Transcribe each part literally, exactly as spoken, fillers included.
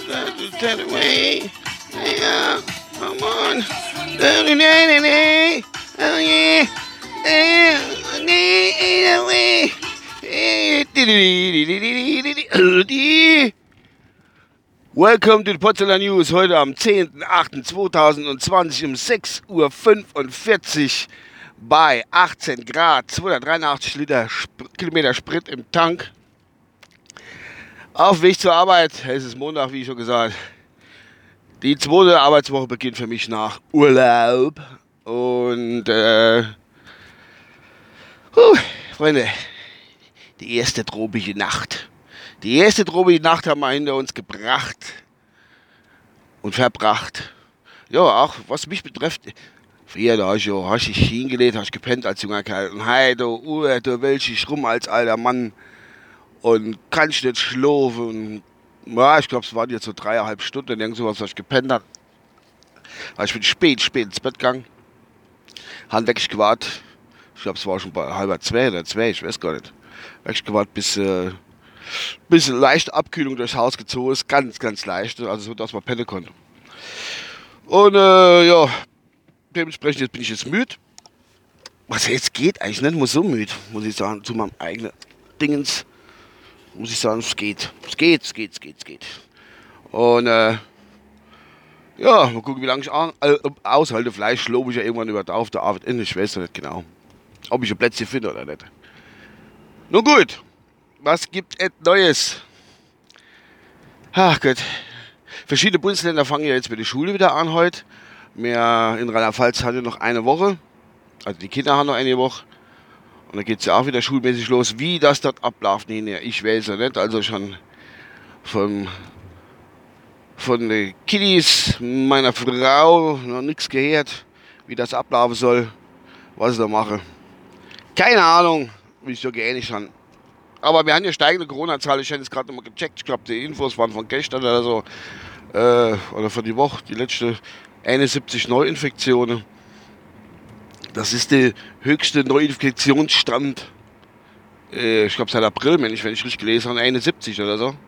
Turn away. Yeah, come on. Oh yeah. Welcome to the Potsdamer News heute am zehnten achten zweitausendzwanzig um sechs Uhr fünfundvierzig bei achtzehn Grad, zweihundertdreiundachtzig Liter Sp- Kilometer Sprit im Tank. Auf Weg zur Arbeit, es ist Montag, wie schon gesagt. Die zweite Arbeitswoche beginnt für mich nach Urlaub. Und, äh, huh, Freunde, die erste tropische Nacht. Die erste tropische Nacht haben wir hinter uns gebracht und verbracht. Ja, auch was mich betrifft, früher da hast du hast dich hingelegt, hast gepennt als junger Kerl. Und hey, du Uhr, du willst dich rum als alter Mann und kannst nicht schlafen. Ja, ich glaube, es waren jetzt so dreieinhalb Stunden, irgend sowas, was ich gepennt habe. Also ich bin spät, spät ins Bett gegangen. Han wirklich gewartet. Ich glaube, es war schon bei halber zwei oder zwei, ich weiß gar nicht. Wirklich gewartet, bis äh, bis eine leichte Abkühlung durchs Haus gezogen ist. Ganz, ganz leicht. Also so, dass man pennen konnte. Und äh, ja, dementsprechend jetzt bin ich jetzt müde. Was jetzt geht eigentlich nicht, muss so müde, muss ich sagen, zu meinem eigenen Dingens. Muss ich sagen, es geht. Es geht, es geht, es geht, es geht. Und äh, ja, mal gucken, wie lange ich an, äh, aushalte. Vielleicht lobe ich ja irgendwann über auf der Arbeit in. Ich weiß ja nicht genau, ob ich ein Plätzchen finde oder nicht. Nun gut, was gibt es Neues? Ach Gott. Verschiedene Bundesländer fangen ja jetzt mit der Schule wieder an heute. Wir in Rheinland-Pfalz haben ja noch eine Woche. Also die Kinder haben noch eine Woche. Und dann geht es ja auch wieder schulmäßig los. Wie das dort abläuft, nee, ich weiß ja nicht. Also schon von, von den Kiddies meiner Frau noch nichts gehört, wie das ablaufen soll, was ich da mache. Keine Ahnung, wie ich so geähnigt habe. Aber wir haben ja steigende Corona-Zahlen. Ich habe jetzt gerade nochmal gecheckt. Ich glaube, die Infos waren von gestern oder so. Äh, oder von die Woche. Die letzte einundsiebzig Neuinfektionen. Das ist der höchste Neuinfektionsstand, äh, ich glaube seit April, wenn ich, wenn ich richtig gelesen habe, einundsiebzig oder so.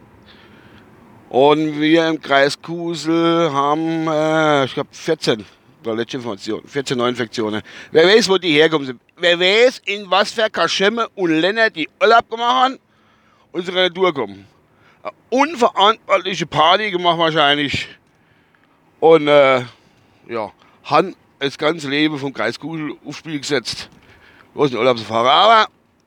Und wir im Kreis Kusel haben, äh, ich glaube vierzehn, war letzte Information, vierzehn Neuinfektionen. Wer weiß, wo die herkommen sind. Wer weiß, in was für Kaschemme und Länder die Urlaub gemacht haben und zur Natur kommen. Eine unverantwortliche Party gemacht wahrscheinlich. Und äh, ja, haben das ganze Leben vom Kreis Kusel aufs Spiel gesetzt. Wo ist ein Urlaub zu fahren? Aber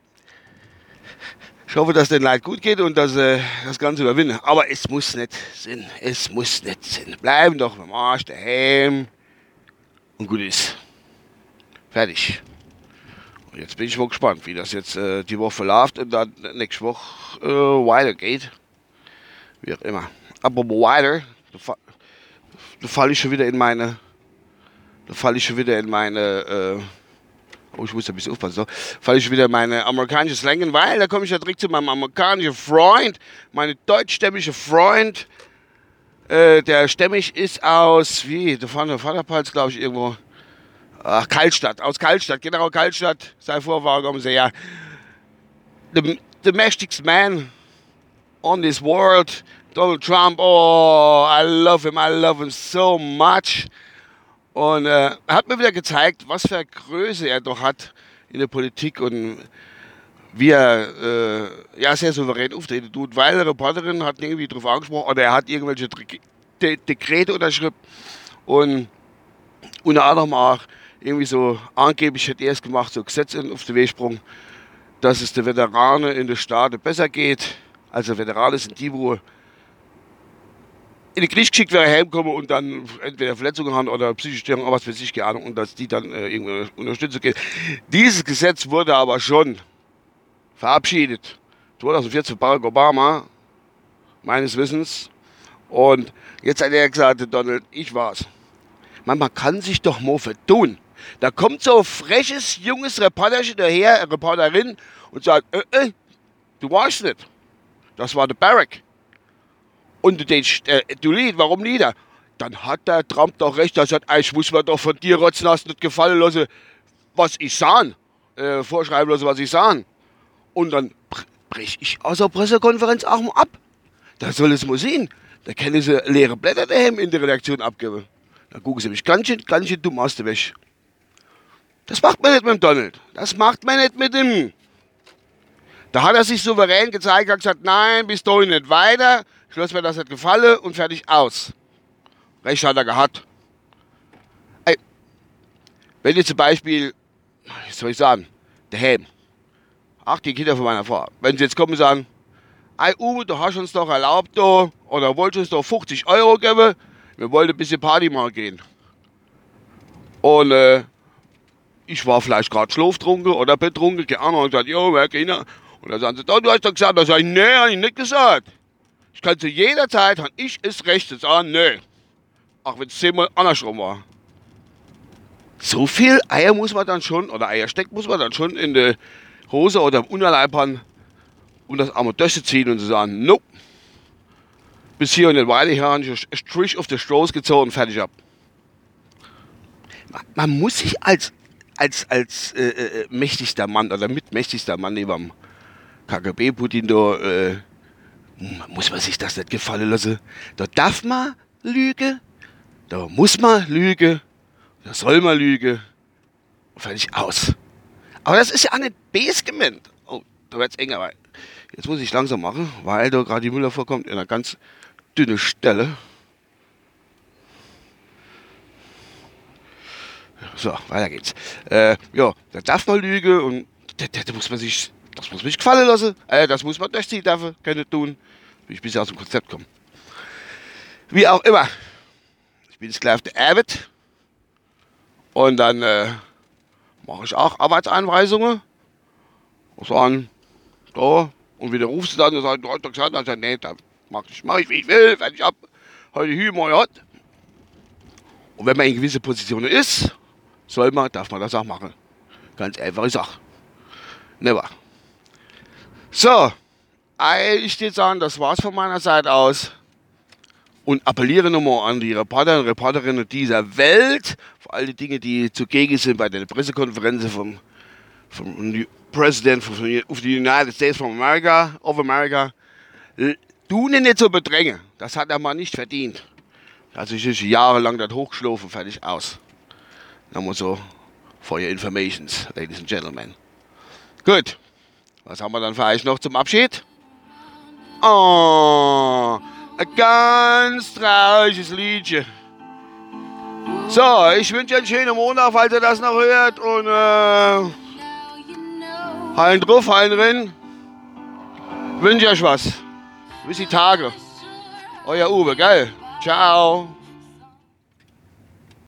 ich hoffe, dass den Leuten gut geht und dass sie äh, das Ganze überwinden. Aber es muss nicht sein. Es muss nicht sein. Bleiben doch beim Arsch daheim. Und gut ist. Fertig. Und jetzt bin ich mal gespannt, wie das jetzt äh, die Woche verläuft und dann nächste Woche äh, weitergeht. Wie auch immer. Aber weiter, da, fa da falle ich schon wieder in meine. Da falle ich schon wieder in meine. Äh, oh, ich muss da ein bisschen aufpassen. So. Falle ich schon wieder in meine amerikanische Slangen, weil da komme ich ja direkt zu meinem amerikanischen Freund, meine deutschstämmige Freund. Äh, der stämmig ist aus, wie, der Vaterpalz, glaube ich, irgendwo. Ach, Kaltstadt, aus Kaltstadt, genau, Kaltstadt. Sei vorgekommen, sehr, ja. The, the mächtigste man on this world, Donald Trump. Oh, I love him, I love him so much. Und äh, er hat mir wieder gezeigt, was für eine Größe er doch hat in der Politik und wie er äh, ja, sehr souverän auftreten tut. Weil eine Reporterin hat irgendwie darauf angesprochen, oder er hat irgendwelche De Dekrete unterschrieben und unter anderem auch irgendwie so, angeblich hat er es gemacht, so Gesetze auf den Weg gesprungen, dass es den Veteranen in den Staaten besser geht. Also Veteranen sind die, wo in den Krieg geschickt werden, heimkommen und dann entweder Verletzungen haben oder psychische Störungen, aber was weiß ich, keine Ahnung, und dass die dann äh, irgendwie Unterstützung geben. Dieses Gesetz wurde aber schon verabschiedet. zweitausendvierzehn Barack Obama, meines Wissens. Und jetzt hat er gesagt, Donald, ich war's. Man, man kann sich doch mal vertun. Da kommt so ein freches, junges Reporterchen daher, Reporterin, und sagt, äh, äh, du warst nicht. Das war der Barack. Und du denkst, äh, du Lied, warum nieder? Dann hat der Trump doch recht, er sagt, ich muss mir doch von dir rotzen lassen, nicht gefallen lassen, was ich sagen, äh, vorschreiben lassen, was ich sagen. Und dann brech ich aus der Pressekonferenz auch mal ab. Da soll es mal sehen. Da können sie leere Blätter daheim in der Redaktion abgeben. Dann gucken sie mich ganz schön, ganz schön dumm aus der Wäsche. Das macht man nicht mit dem Donald. Das macht man nicht mit ihm. Da hat er sich souverän gezeigt, hat gesagt, nein, bis dahin nicht weiter. Ich lasse mir das nicht gefallen und fertig aus. Recht hat er gehabt. Ey, wenn jetzt zum Beispiel, wie soll ich sagen, der Helm. Ach, die Kinder von meiner Frau. Wenn sie jetzt kommen und sagen, ey Uwe, du hast uns doch erlaubt, da, oder wolltest uns doch fünfzig Euro geben, wir wollten ein bisschen Party machen gehen. Und äh, ich war vielleicht gerade schlaftrunken oder betrunken, keine Ahnung, und gesagt, jo, wer geht da? Und dann sagen sie, oh, du hast doch gesagt, da sag ich, nee, hab ich nicht gesagt. Ich kann zu jeder Zeit, habe ich es Recht zu sagen, nee. Auch wenn es zehnmal andersrum war. So viel Eier muss man dann schon, oder Eiersteck muss man dann schon in der Hose oder im Unterleib haben, um das arme Dösse ziehen und zu sagen, nope. Bis hier und nicht weiter, hier habe ich einen Strich auf der Straße gezogen und fertig ab. Man muss sich als, als, als äh, äh, mächtigster Mann oder mitmächtigster Mann neben dem K G B-Putin da, äh, muss man sich das nicht gefallen lassen. Da darf man lügen, da muss man lügen, da soll man lügen und fertig aus. Aber das ist ja auch nicht bes gemeint. Oh, da wird's enger, weil jetzt muss ich langsam machen, weil da gerade die Müller vorkommt in einer ganz dünnen Stelle. So, weiter geht's. Äh, ja, da darf man lügen und da, da, da muss man sich, das muss mich gefallen lassen. Äh, das muss man durchziehen dürfen, kann nicht tun, wie ich bisher aus dem Konzept komme. Wie auch immer. Ich bin Sklave der Arbeit und dann äh, mache ich auch Arbeitseinweisungen und sagen, da, und wieder rufst du dann und sagst, du hast doch gesagt, dann sagst du, nee, dann mach ich, mach ich wie ich will, fertig ab, heute Hü, morgen hat. Und wenn man in gewisse Positionen ist, soll man, darf man das auch machen. Ganz einfache Sache. Never. So, ich würde sagen, das war's von meiner Seite aus. Und appelliere nochmal an die Reporter und Reporterinnen dieser Welt, vor allem die Dinge, die zugegen sind bei der Pressekonferenz vom, vom President of the United States of America, of America. Du nicht so bedrängen, das hat er mal nicht verdient. Also ich ist jahrelang das hochgeschlafen, fertig aus. Nochmal so, for your informations, ladies and gentlemen. Gut, was haben wir dann für euch noch zum Abschied? Oh, ein ganz trauriges Liedchen. So, ich wünsche einen schönen Montag, falls ihr das noch hört. Und äh, Hallen drauf, Hallen drin. Wünsche euch was. Bis die Tage. Euer Uwe, geil. Ciao.